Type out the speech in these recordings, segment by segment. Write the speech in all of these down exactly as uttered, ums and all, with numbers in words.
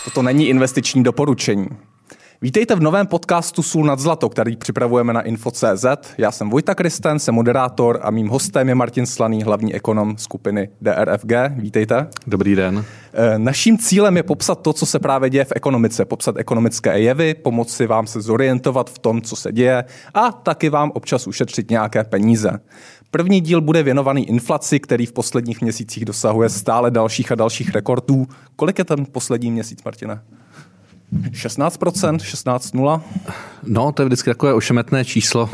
Toto není investiční doporučení. Vítejte v novém podcastu Sůl nad zlato, který připravujeme na info tečka cé zet. Já jsem Vojta Kristen, jsem moderátor a mým hostem je Martin Slaný, hlavní ekonom skupiny D R F G. Vítejte. Dobrý den. Naším cílem je popsat to, co se právě děje v ekonomice, popsat ekonomické jevy, pomoci vám se zorientovat v tom, co se děje a taky vám občas ušetřit nějaké peníze. První díl bude věnovaný inflaci, který v posledních měsících dosahuje stále dalších a dalších rekordů. Kolik je ten poslední měsíc, Martine? šestnáct procent, šestnáct nula? No, to je vždycky takové ošemetné číslo.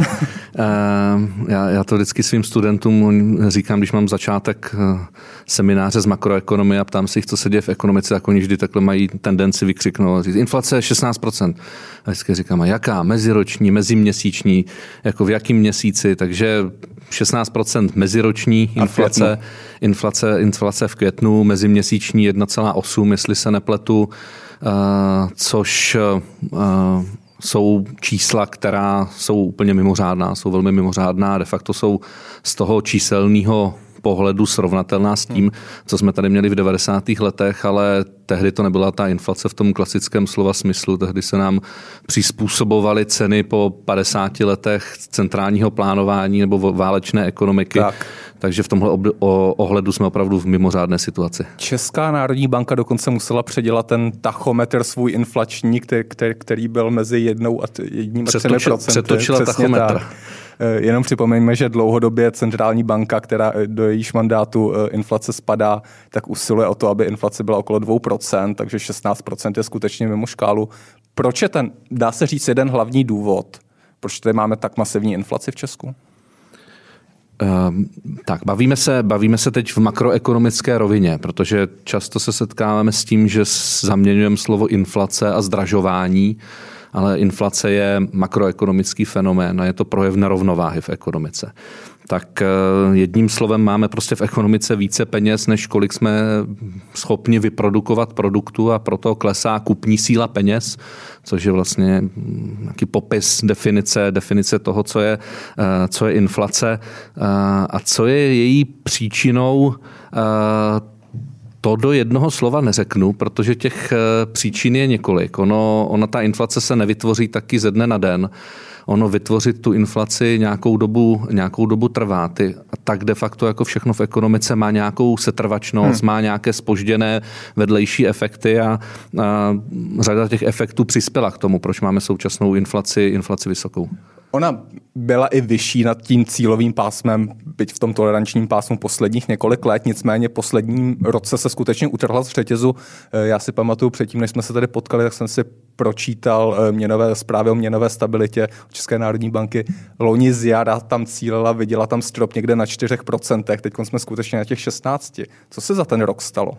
já, já to vždycky svým studentům říkám, když mám začátek semináře z makroekonomie a ptám se jich, co se děje v ekonomice, tak oni vždy takhle mají tendenci vykřiknout. Inflace je šestnáct procent. A vždycky říkám, a jaká? Meziroční, meziměsíční, jako v jakým měsíci? Takže šestnáct procent meziroční inflace, inflace, inflace v květnu, meziměsíční jedna celá osm, jestli se nepletu. Uh, což uh, jsou čísla, která jsou úplně mimořádná, jsou velmi mimořádná, de facto jsou z toho číselného pohledu srovnatelná s tím, co jsme tady měli v devadesátých letech, ale tehdy to nebyla ta inflace v tom klasickém slova smyslu, tehdy se nám přizpůsobovaly ceny po padesáti letech centrálního plánování nebo válečné ekonomiky. Tak. Takže v tomhle ohledu jsme opravdu v mimořádné situaci. Česká národní banka dokonce musela předělat ten tachometr svůj inflační, který, který, který byl mezi jednou a jedním a třemi procenty. Přetočila tachometr. Tak. Jenom připomeňme, že dlouhodobě centrální banka, která do jejíž mandátu inflace spadá, tak usiluje o to, aby inflace byla okolo dvě procenta, takže šestnáct procent je skutečně mimo škálu. Proč je ten, dá se říct, jeden hlavní důvod, proč tady máme tak masivní inflaci v Česku? Uh, tak, bavíme se, bavíme se teď v makroekonomické rovině, protože často se setkáváme s tím, že zaměňujeme slovo inflace a zdražování, ale inflace je makroekonomický fenomén a je to projev nerovnováhy v ekonomice. Tak jedním slovem máme prostě v ekonomice více peněz, než kolik jsme schopni vyprodukovat produktu a proto klesá kupní síla peněz, což je vlastně nějaký popis definice, definice toho, co je, co je inflace a co je její příčinou. To do jednoho slova neřeknu, protože těch příčin je několik. Ono, ona ta inflace se nevytvoří taky ze dne na den. Ono vytvořit tu inflaci nějakou dobu, nějakou dobu trvá. Ty, a tak de facto jako všechno v ekonomice má nějakou setrvačnost, hmm. má nějaké zpožděné vedlejší efekty a, a řada těch efektů přispěla k tomu, proč máme současnou inflaci, inflaci vysokou. Ona byla i vyšší nad tím cílovým pásmem, byť v tom tolerančním pásmu posledních několik let, nicméně posledním roce se skutečně utrhla z řetězu. Já si pamatuju předtím, než jsme se tady potkali, tak jsem si pročítal měnové zprávy o měnové stabilitě České národní banky. Loni z jara tam cílila, viděla tam strop někde na čtyři procenta, teď jsme skutečně na těch šestnácti. Co se za ten rok stalo?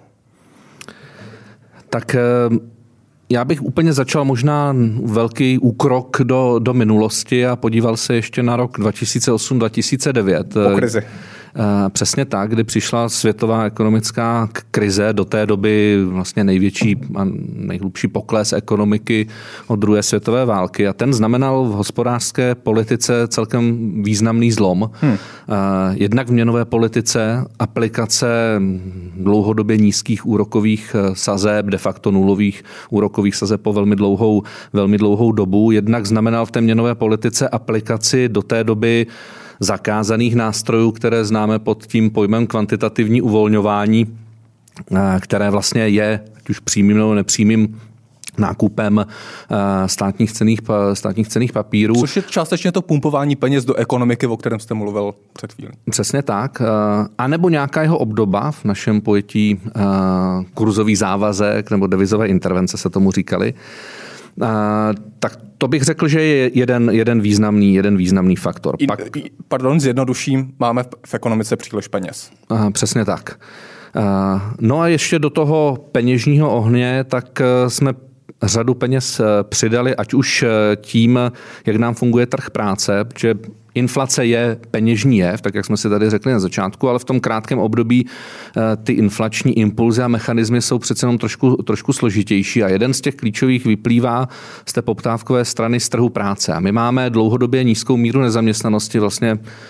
Tak... Já bych úplně začal možná velký úkrok do, do minulosti a podíval se ještě na rok dva tisíce osm dva tisíce devět. Po krizi. Přesně tak, kdy přišla světová ekonomická krize, do té doby vlastně největší a nejhlubší pokles ekonomiky od druhé světové války a ten znamenal v hospodářské politice celkem významný zlom. Hmm. Jednak v měnové politice aplikace dlouhodobě nízkých úrokových sazeb, de facto nulových úrokových sazeb po velmi dlouhou, velmi dlouhou dobu, jednak znamenal v té měnové politice aplikaci do té doby zakázaných nástrojů, které známe pod tím pojmem kvantitativní uvolňování, které vlastně je, ať už přímým nebo nepřímým nákupem státních cenných, státních cenných papírů. Což je částečně to pumpování peněz do ekonomiky, o kterém jste mluvil před chvílí. Přesně tak. A nebo nějaká jeho obdoba v našem pojetí kurzový závazek nebo devizové intervence se tomu říkali. Uh, tak to bych řekl, že je jeden, jeden, významný, jeden významný faktor. I, Pak... Pardon, zjednoduším, máme v ekonomice příliš peněz. Uh, přesně tak. Uh, no a ještě do toho peněžního ohně, tak uh, jsme řadu peněz přidali, ať už tím, jak nám funguje trh práce, protože inflace je peněžní jev, tak jak jsme si tady řekli na začátku, ale v tom krátkém období ty inflační impulzy a mechanismy jsou přece jenom trošku, trošku složitější a jeden z těch klíčových vyplývá z té poptávkové strany z trhu práce. A my máme dlouhodobě nízkou míru nezaměstnanosti, vlastně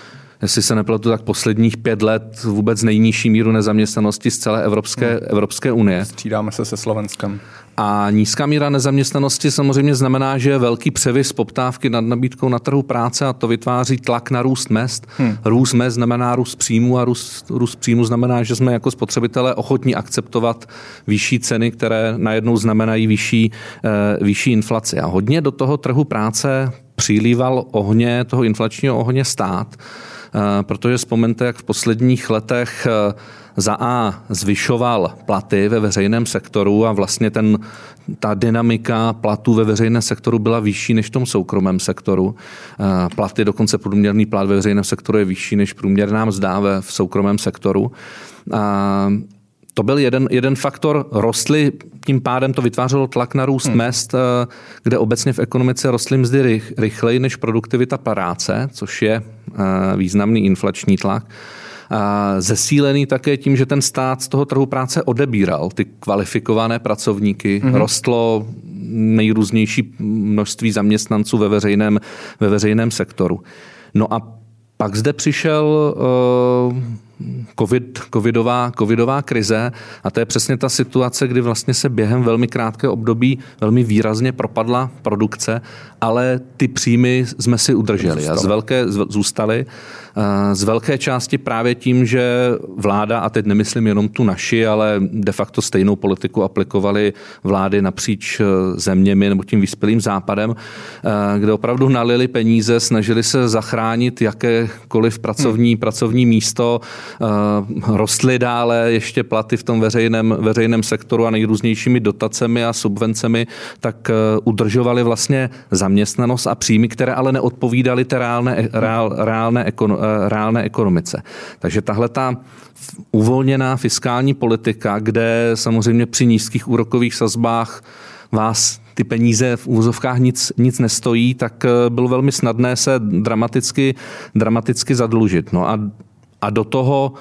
jestli se nepletu, tak posledních pět let vůbec nejnižší míru nezaměstnanosti z celé Evropské, hmm. Evropské unie. Střídáme se se Slovenskem. A nízká míra nezaměstnanosti samozřejmě znamená, že je velký převis poptávky nad nabídkou na trhu práce a to vytváří tlak na růst mezd. Hmm. Růst mezd znamená růst příjmu a růst, růst příjmu znamená, že jsme jako spotřebitelé ochotní akceptovat vyšší ceny, které najednou znamenají vyšší, eh, vyšší inflaci. A hodně do toho trhu práce přilíval ohně, toho inflačního ohně stát, eh, protože vzpomeňte, jak v posledních letech eh, za A zvyšoval platy ve veřejném sektoru a vlastně ten, ta dynamika platů ve veřejném sektoru byla vyšší než v tom soukromém sektoru. Platy, dokonce průměrný plat ve veřejném sektoru je vyšší než průměrná mzda ve v soukromém sektoru. A to byl jeden, jeden faktor. Rostly, tím pádem to vytvářelo tlak na růst hmm. mezd, kde obecně v ekonomice rostly mzdy rych, rychleji než produktivita práce, což je významný inflační tlak. Zesílený také tím, že ten stát z toho trhu práce odebíral ty kvalifikované pracovníky. Mm-hmm. Rostlo nejrůznější množství zaměstnanců ve veřejném, ve veřejném sektoru. No a pak zde přišel uh, COVID, covidová, covidová krize a to je přesně ta situace, kdy vlastně se během velmi krátkého období velmi výrazně propadla produkce, ale ty příjmy jsme si udrželi a z velké, zůstaly. Z velké části právě tím, že vláda, a teď nemyslím jenom tu naši, ale de facto stejnou politiku aplikovaly vlády napříč zeměmi nebo tím vyspělým západem, kde opravdu nalili peníze, snažili se zachránit jakékoliv pracovní, hmm. pracovní místo, rostly dále ještě platy v tom veřejném, veřejném sektoru a nejrůznějšími dotacemi a subvencemi, tak udržovali vlastně zaměstnanost a příjmy, které ale neodpovídaly té reálné, reál, reálné, ekono, reálné ekonomice. Takže tahle ta uvolněná fiskální politika, kde samozřejmě při nízkých úrokových sazbách vás ty peníze v úvozovkách nic, nic nestojí, tak bylo velmi snadné se dramaticky, dramaticky zadlužit. No a, a do toho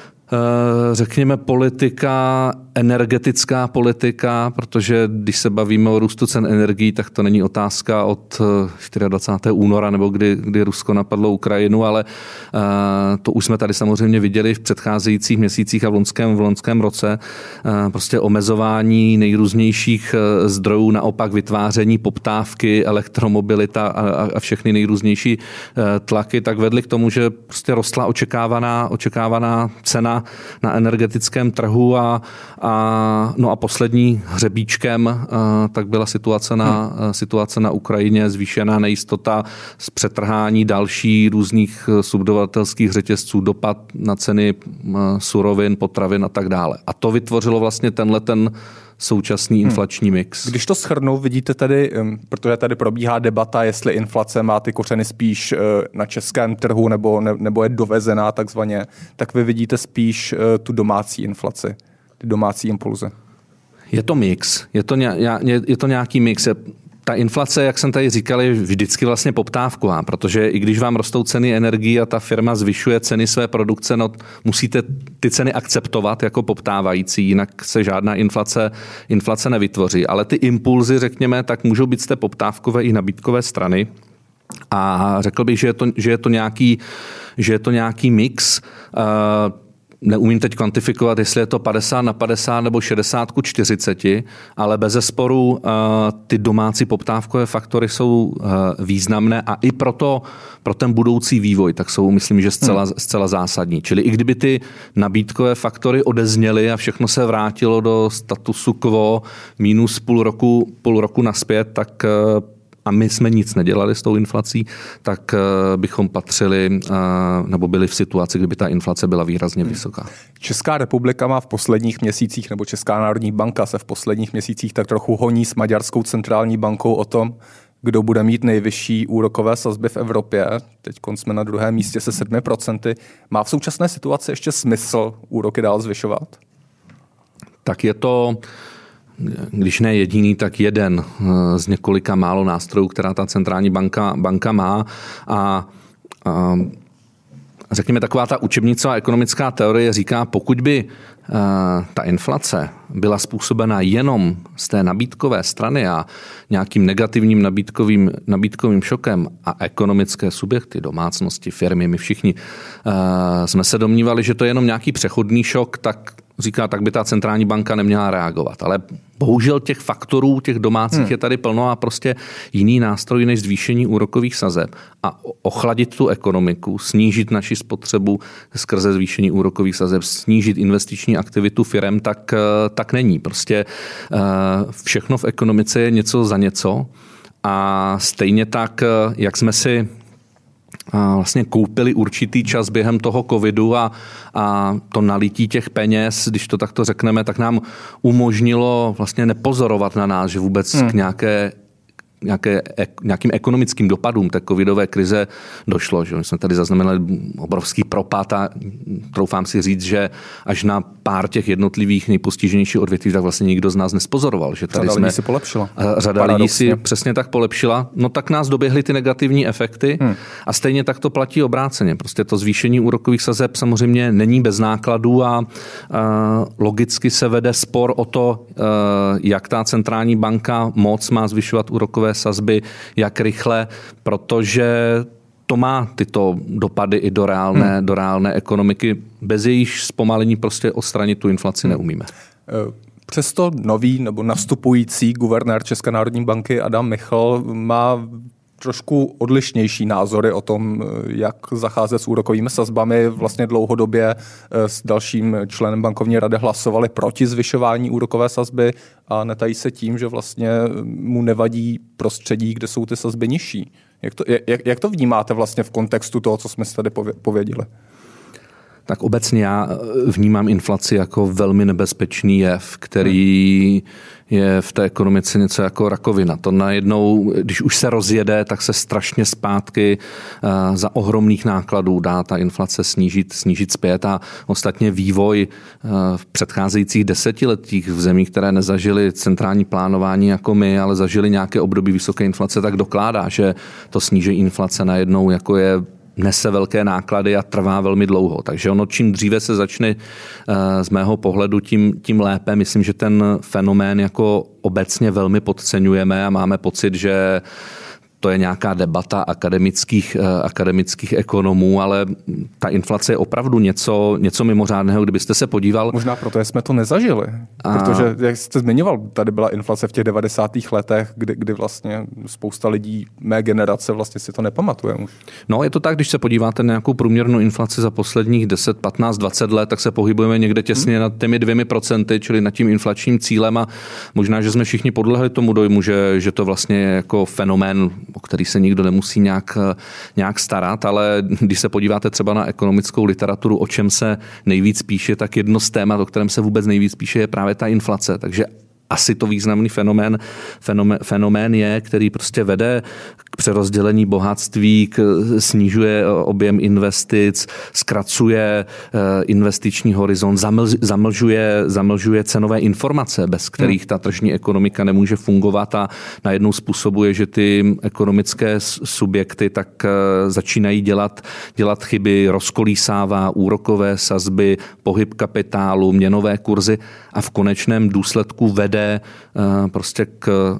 řekněme politika, energetická politika, protože když se bavíme o růstu cen energií, tak to není otázka od dvacátého čtvrtého února nebo kdy, kdy Rusko napadlo Ukrajinu, ale to už jsme tady samozřejmě viděli v předcházejících měsících a v loňském, v loňském roce. Prostě omezování nejrůznějších zdrojů, naopak vytváření poptávky, elektromobilita a, a všechny nejrůznější tlaky, tak vedly k tomu, že prostě rostla očekávaná, očekávaná cena na energetickém trhu a, a, no a poslední hřebíčkem a, tak byla situace na, hmm. situace na Ukrajině, zvýšená nejistota z přetrhání další různých subdodavatelských řetězců, dopad na ceny surovin, potravin a tak dále. A to vytvořilo vlastně tenhle ten současný inflační mix. Když to shrnu, vidíte tady, protože tady probíhá debata, jestli inflace má ty kořeny spíš na českém trhu nebo, ne, nebo je dovezená takzvaně, tak vy vidíte spíš tu domácí inflaci, ty domácí impulzy. Je to mix, je to, ně, je to nějaký mix. Ta inflace, jak jsem tady říkal, je vždycky vlastně poptávková, protože i když vám rostou ceny energií a ta firma zvyšuje ceny své produkce, no musíte ty ceny akceptovat jako poptávající, jinak se žádná inflace, inflace nevytvoří. Ale ty impulzy, řekněme, tak můžou být z té poptávkové i nabídkové strany. A řekl bych, že je to, že je to, nějaký, že je to nějaký mix. Uh, Neumím teď kvantifikovat, jestli je to padesát na padesát nebo šedesát ku čtyřiceti, ale bezesporu uh, ty domácí poptávkové faktory jsou uh, významné a i proto, pro ten budoucí vývoj, tak jsou, myslím, že zcela, hmm. zcela zásadní. Čili i kdyby ty nabídkové faktory odezněly a všechno se vrátilo do statusu quo minus půl roku, půl roku naspět, tak uh, a my jsme nic nedělali s tou inflací, tak bychom patřili nebo byli v situaci, kdyby ta inflace byla výrazně vysoká. Česká republika má v posledních měsících, nebo Česká národní banka se v posledních měsících tak trochu honí s Maďarskou centrální bankou o tom, kdo bude mít nejvyšší úrokové sazby v Evropě. Teď jsme na druhém místě se sedmi procenty. Má v současné situaci ještě smysl úroky dál zvyšovat? Tak je to... Když ne jediný, tak jeden z několika málo nástrojů, která ta centrální banka, banka má. A, a řekněme, taková ta učebnicová ekonomická teorie říká, pokud by uh, ta inflace byla způsobena jenom z té nabídkové strany a nějakým negativním nabídkovým, nabídkovým šokem a ekonomické subjekty, domácnosti, firmy, my všichni uh, jsme se domnívali, že to je jenom nějaký přechodný šok, tak říká, tak by ta centrální banka neměla reagovat. Ale bohužel těch faktorů, těch domácích hmm. je tady plno a prostě jiný nástroj než zvýšení úrokových sazeb a ochladit tu ekonomiku, snížit naši spotřebu skrze zvýšení úrokových sazeb, snížit investiční aktivitu firem, tak, tak není. Prostě všechno v ekonomice je něco za něco a stejně tak, jak jsme si a vlastně koupili určitý čas během toho covidu a, a to nalití těch peněz, když to takto řekneme, tak nám umožnilo vlastně nepozorovat na nás, že vůbec hmm. k nějaké Nějaké, nějakým ekonomickým dopadům té covidové krize došlo. Že? My jsme tady zaznamenali obrovský propad a troufám si říct, že až na pár těch jednotlivých nejpostiženějších odvětví, tak vlastně nikdo z nás nespozoroval. Že tady řada jsme, lidí si polepšila. Řada lidí si přesně tak polepšila. No tak nás doběhly ty negativní efekty hmm. a stejně tak to platí obráceně. Prostě to zvýšení úrokových sazeb samozřejmě není bez nákladů a, a logicky se vede spor o to, jak ta centrální banka moc má zvyšovat úrokové sazby, jak rychle, protože to má tyto dopady i do reálné, hmm. do reálné ekonomiky. Bez jejich zpomalení prostě odstranit tu inflaci neumíme. Přesto nový nebo nastupující guvernér České národní banky Adam Michal má trošku odlišnější názory o tom, jak zacházet s úrokovými sazbami. Vlastně dlouhodobě s dalším členem bankovní rady hlasovali proti zvyšování úrokové sazby a netají se tím, že vlastně mu nevadí prostředí, kde jsou ty sazby nižší. Jak to, jak, jak to vnímáte vlastně v kontextu toho, co jsme si tady pověděli? Tak obecně já vnímám inflaci jako velmi nebezpečný jev, který je v té ekonomice něco jako rakovina. To najednou, když už se rozjede, tak se strašně zpátky za ohromných nákladů dá ta inflace snížit, snížit zpět a ostatně vývoj v předcházejících desetiletích v zemích, které nezažily centrální plánování jako my, ale zažily nějaké období vysoké inflace, tak dokládá, že to snížení inflace najednou jako je nese velké náklady a trvá velmi dlouho. Takže ono čím dříve se začne z mého pohledu, tím, tím lépe. Myslím, že ten fenomén jako obecně velmi podceňujeme a máme pocit, že to je nějaká debata akademických, akademických ekonomů, ale ta inflace je opravdu něco, něco mimořádného, kdybyste se podíval. Možná proto jsme to nezažili, a... protože, jak jste zmiňoval, tady byla inflace v těch devadesátých letech, kdy, kdy vlastně spousta lidí mé generace vlastně si to nepamatuje už. No, je to tak, když se podíváte na nějakou průměrnou inflaci za posledních deset, patnáct, dvacet let, tak se pohybujeme někde těsně hmm. nad těmi dvěmi procenty, čili nad tím inflačním cílem a možná, že jsme všichni podlehli tomu dojmu, že, že to vlastně je jako fenomén, o který se nikdo nemusí nějak, nějak starat, ale když se podíváte třeba na ekonomickou literaturu, o čem se nejvíc píše, tak jedno z témat, o kterém se vůbec nejvíc píše, je právě ta inflace. Takže asi to významný fenomén, fenomén, fenomén je, který prostě vede k přerozdělení bohatství, k, snižuje objem investic, zkracuje investiční horizont, zamlž, zamlžuje, zamlžuje cenové informace, bez kterých ta tržní ekonomika nemůže fungovat a najednou způsobuje, že ty ekonomické subjekty tak začínají dělat, dělat chyby, rozkolísává úrokové sazby, pohyb kapitálu, měnové kurzy a v konečném důsledku vede prostě k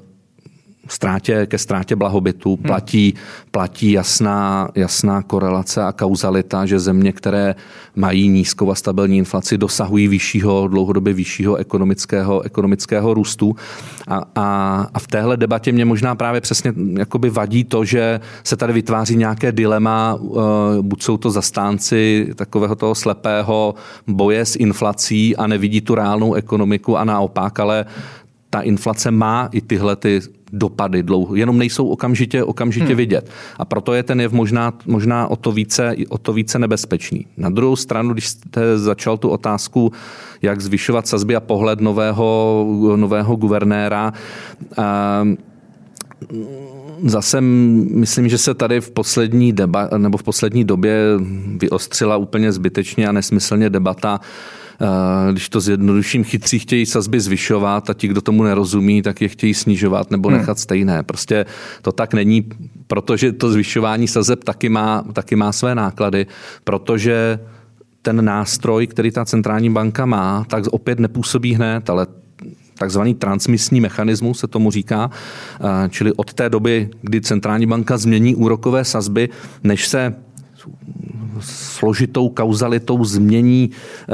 ztrátě, ke ztrátě blahobytu. Platí, platí jasná, jasná korelace a kauzalita, že země, které mají nízkou a stabilní inflaci, dosahují vyššího, dlouhodobě vyššího ekonomického, ekonomického růstu. A, a, a v téhle debatě mě možná právě přesně jakoby vadí to, že se tady vytváří nějaké dilema, buď jsou to zastánci takového toho slepého boje s inflací a nevidí tu reálnou ekonomiku a naopak, ale ta inflace má i tyhle ty dopady dlouho, jenom nejsou okamžitě, okamžitě hmm. vidět. A proto je ten jev možná, možná o to více, o to více nebezpečný. Na druhou stranu, když jste začal tu otázku, jak zvyšovat sazby a pohled nového, nového guvernéra, zase myslím, že se tady v poslední deba, nebo v poslední době vyostřila úplně zbytečně a nesmyslně debata, když to zjednoduším, chytří chtějí sazby zvyšovat a ti, kdo tomu nerozumí, tak je chtějí snižovat nebo nechat hmm. stejné. Prostě to tak není, protože to zvyšování sazeb taky má, taky má své náklady, protože ten nástroj, který ta centrální banka má, tak opět nepůsobí hned, ale takzvaný transmisní mechanismus se tomu říká, čili od té doby, kdy centrální banka změní úrokové sazby, než se složitou kauzalitou změní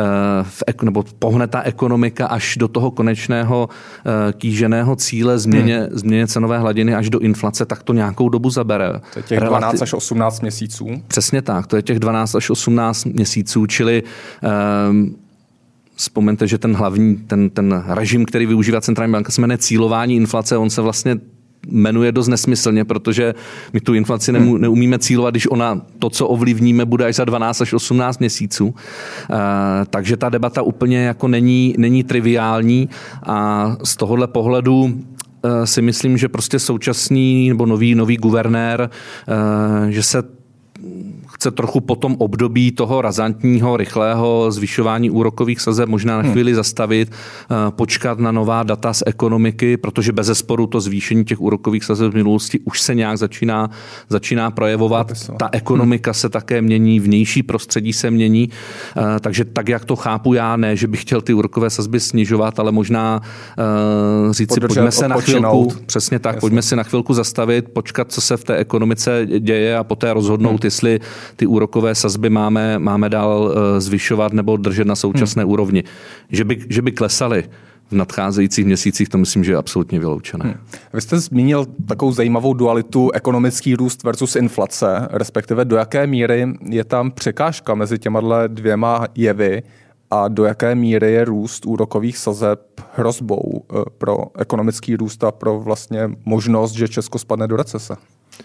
nebo pohne ta ekonomika až do toho konečného kýženého cíle změně, hmm. změně cenové hladiny až do inflace, tak to nějakou dobu zabere. To je těch dvanáct až osmnáct měsíců. Přesně tak, to je těch dvanáct až osmnáct měsíců, čili um, vzpomeňte, že ten hlavní, ten, ten režim, který využívá centrální banka, se jmenuje cílování inflace, on se vlastně jmenuje dost nesmyslně, protože my tu inflaci nemů, neumíme cílovat, když ona to, co ovlivníme, bude až za dvanáct až osmnáct měsíců. Uh, takže ta debata úplně jako není, není triviální a z tohohle pohledu uh, si myslím, že prostě současný nebo nový, nový guvernér, uh, že se chce trochu po tom období toho razantního, rychlého zvyšování úrokových sazeb možná na chvíli hmm. zastavit, počkat na nová data z ekonomiky, protože bezesporu to zvýšení těch úrokových sazeb v minulosti už se nějak začíná, začíná projevovat. Ta ekonomika hmm. se také mění, vnější prostředí se mění, takže tak, jak to chápu já, ne, že bych chtěl ty úrokové sazby snižovat, ale možná uh, říct si, pojďme se na chvilku, přesně tak, Jasně. pojďme si na chvilku zastavit, počkat, co se v té ekonomice děje a poté rozhodnout, hmm. jestli ty úrokové sazby máme, máme dál zvyšovat nebo držet na současné hmm. úrovni. Že by, že by klesaly v nadcházejících měsících, to myslím, že je absolutně vyloučené. Hmm. Vy jste zmínil takovou zajímavou dualitu ekonomický růst versus inflace, respektive do jaké míry je tam překážka mezi těma dvěma jevy a do jaké míry je růst úrokových sazeb hrozbou pro ekonomický růst a pro vlastně možnost, že Česko spadne do recese?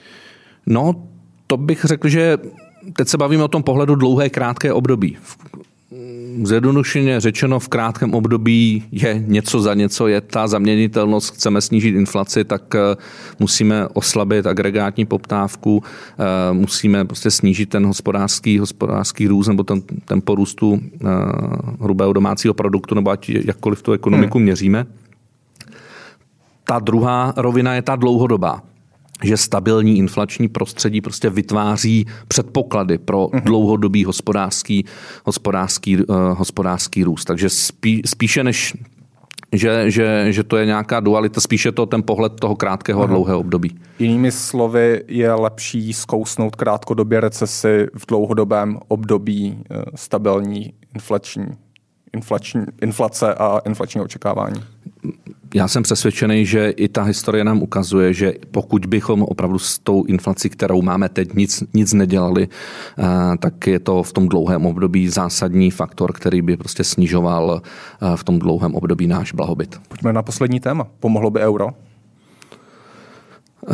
No, to bych řekl, že teď se bavíme o tom pohledu dlouhé, krátké období. Zjednodušeně řečeno, v krátkém období je něco za něco, je ta zaměnitelnost, chceme snížit inflaci, tak musíme oslabit agregátní poptávku, musíme prostě snížit ten hospodářský, hospodářský růst nebo ten tempo růstu hrubého domácího produktu, nebo ať jakkoliv tu ekonomiku hmm. měříme. Ta druhá rovina je ta dlouhodobá, že stabilní inflační prostředí prostě vytváří předpoklady pro uh-huh. dlouhodobý hospodářský, hospodářský, uh, hospodářský růst. Takže spí, spíše než, že, že, že to je nějaká dualita, spíše to ten pohled toho krátkého uh-huh. a dlouhého období. Jinými slovy, je lepší zkousnout krátkodobě recesi v dlouhodobém období uh, stabilní inflační, inflační, inflace a inflační očekávání. Já jsem přesvědčený, že i ta historie nám ukazuje, že pokud bychom opravdu s tou inflací, kterou máme teď, nic, nic nedělali, tak je to v tom dlouhém období zásadní faktor, který by prostě snižoval v tom dlouhém období náš blahobyt. Pojďme na poslední téma. Pomohlo by euro? Uh,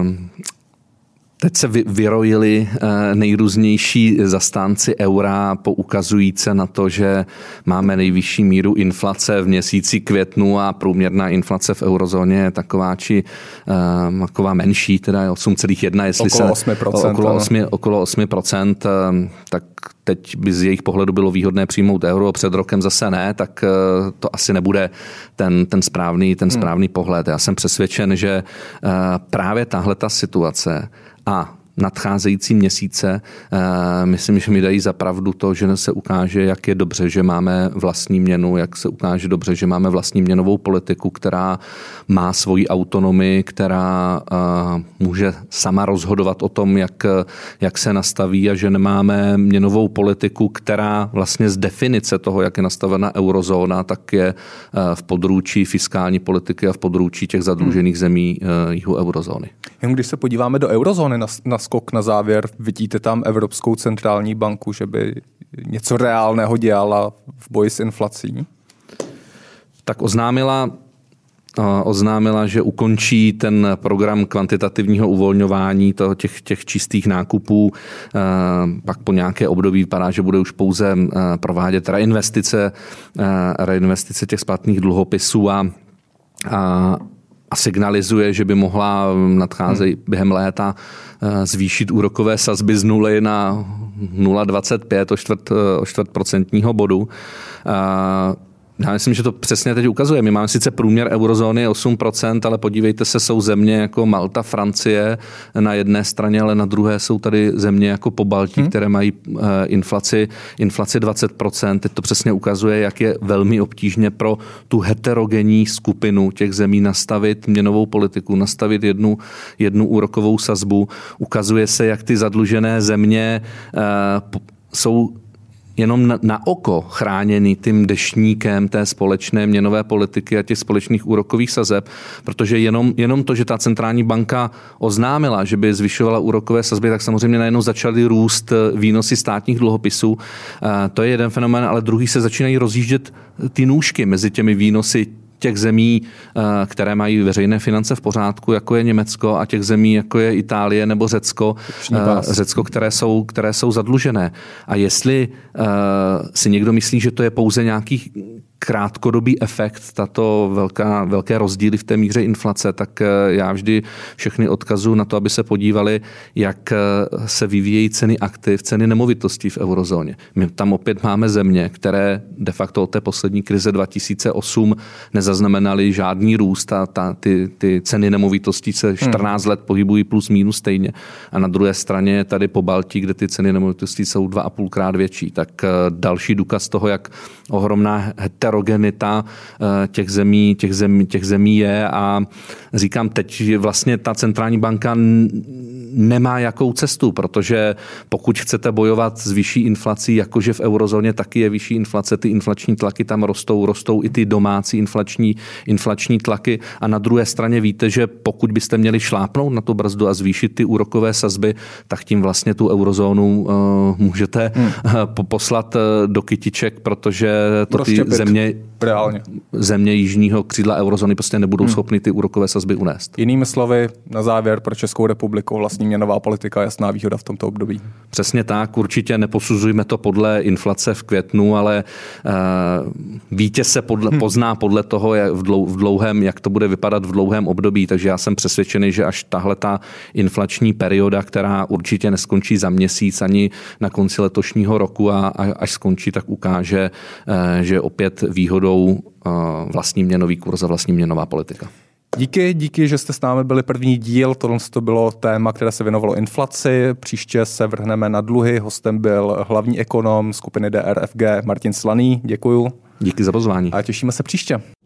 Teď se vyrojili nejrůznější zastánci eura, poukazující na to, že máme nejvyšší míru inflace v měsíci květnu a průměrná inflace v eurozóně je taková, či uh, taková menší, teda osm celá jedna, jestli okolo se osm procent, okolo osm, okolo osm procent, tak teď by z jejich pohledu bylo výhodné přijmout euro, před rokem zase ne, tak uh, to asi nebude ten, ten správný, ten správný hmm. pohled. Já jsem přesvědčen, že uh, právě tahle ta situace a nadcházející měsíce, myslím, že mi dají za pravdu to, že se ukáže, jak je dobře, že máme vlastní měnu, jak se ukáže dobře, že máme vlastní měnovou politiku, která má svoji autonomii, která může sama rozhodovat o tom, jak, jak se nastaví a že nemáme měnovou politiku, která vlastně z definice toho, jak je nastavena eurozóna, tak je v područí fiskální politiky a v područí těch zadlužených zemí jihu eurozóny. Jen když se podíváme do eurozóny na, na skok na závěr, vidíte tam Evropskou centrální banku, že by něco reálného dělala v boji s inflací? Tak oznámila, oznámila, že ukončí ten program kvantitativního uvolňování toho těch, těch čistých nákupů. Pak po nějaké období vypadá, že bude už pouze provádět reinvestice, reinvestice těch splatných dluhopisů a, a a signalizuje, že by mohla nadcházejí hmm. během léta zvýšit úrokové sazby z nuly na nula celá dvacet pět o čtvrt, o čtvrt procentního bodu. Já myslím, že to přesně teď ukazuje. My máme sice průměr eurozóny osm procent, ale podívejte se, jsou země jako Malta, Francie na jedné straně, ale na druhé jsou tady země jako Pobaltí, hmm. které mají inflaci, inflaci dvacet procent. Teď to přesně ukazuje, jak je velmi obtížně pro tu heterogenní skupinu těch zemí nastavit měnovou politiku, nastavit jednu, jednu úrokovou sazbu. Ukazuje se, jak ty zadlužené země uh, jsou jenom na, na oko chráněný tím deštníkem té společné měnové politiky a těch společných úrokových sazeb, protože jenom, jenom to, že ta centrální banka oznámila, že by zvyšovala úrokové sazby, tak samozřejmě najednou začaly růst výnosy státních dluhopisů. To je jeden fenomén, ale druhý se začínají rozjíždět ty nůžky mezi těmi výnosy těch zemí, které mají veřejné finance v pořádku, jako je Německo, a těch zemí, jako je Itálie nebo Řecko, Řecko, které jsou, které jsou zadlužené. A jestli uh, si někdo myslí, že to je pouze nějaký krátkodobý efekt, tato velká, velké rozdíly v té míře inflace, tak já vždy všechny odkazuju na to, aby se podívali, jak se vyvíjejí ceny aktiv, ceny nemovitostí v eurozóně. My tam opět máme země, které de facto od té poslední krize dva tisíce osm nezaznamenaly žádný růst a ta, ty, ty ceny nemovitostí se čtrnáct hmm. let pohybují plus minus stejně. A na druhé straně je tady Pobaltí, kde ty ceny nemovitostí jsou dva a půlkrát větší. Tak další důkaz toho, jak ohromná heterogenita těch zemí, těch zemí, těch zemí je, a říkám teď, že vlastně ta centrální banka nemá jakou cestu, protože pokud chcete bojovat s vyšší inflací, jakože v eurozóně taky je vyšší inflace, ty inflační tlaky tam rostou, rostou i ty domácí inflační, inflační tlaky, a na druhé straně víte, že pokud byste měli šlápnout na tu brzdu a zvýšit ty úrokové sazby, tak tím vlastně tu eurozónu uh, můžete hmm. poslat do kytiček, protože to ty země, země jižního křídla eurozóny prostě nebudou hmm. schopny ty úrokové sazby unést. Jinými slovy, na závěr pro Českou republiku vlastní měnová politika jasná výhoda v tomto období. Přesně tak, určitě neposuzujme to podle inflace v květnu, ale uh, vítěz se podle, hmm. pozná podle toho, jak v, dlou, v dlouhém, jak to bude vypadat v dlouhém období, takže já jsem přesvědčený, že až tahle ta inflační perioda, která určitě neskončí za měsíc ani na konci letošního roku, a, a až skončí, tak ukáže, uh, že opět výhodou uh, vlastní měnový kurz a vlastní měnová politika. Díky, díky, že jste s námi byli první díl. Tohle to bylo téma, které se věnovalo inflaci. Příště se vrhneme na dluhy. Hostem byl hlavní ekonom skupiny D R F G Martin Slaný. Děkuju. Díky za pozvání. A těšíme se příště.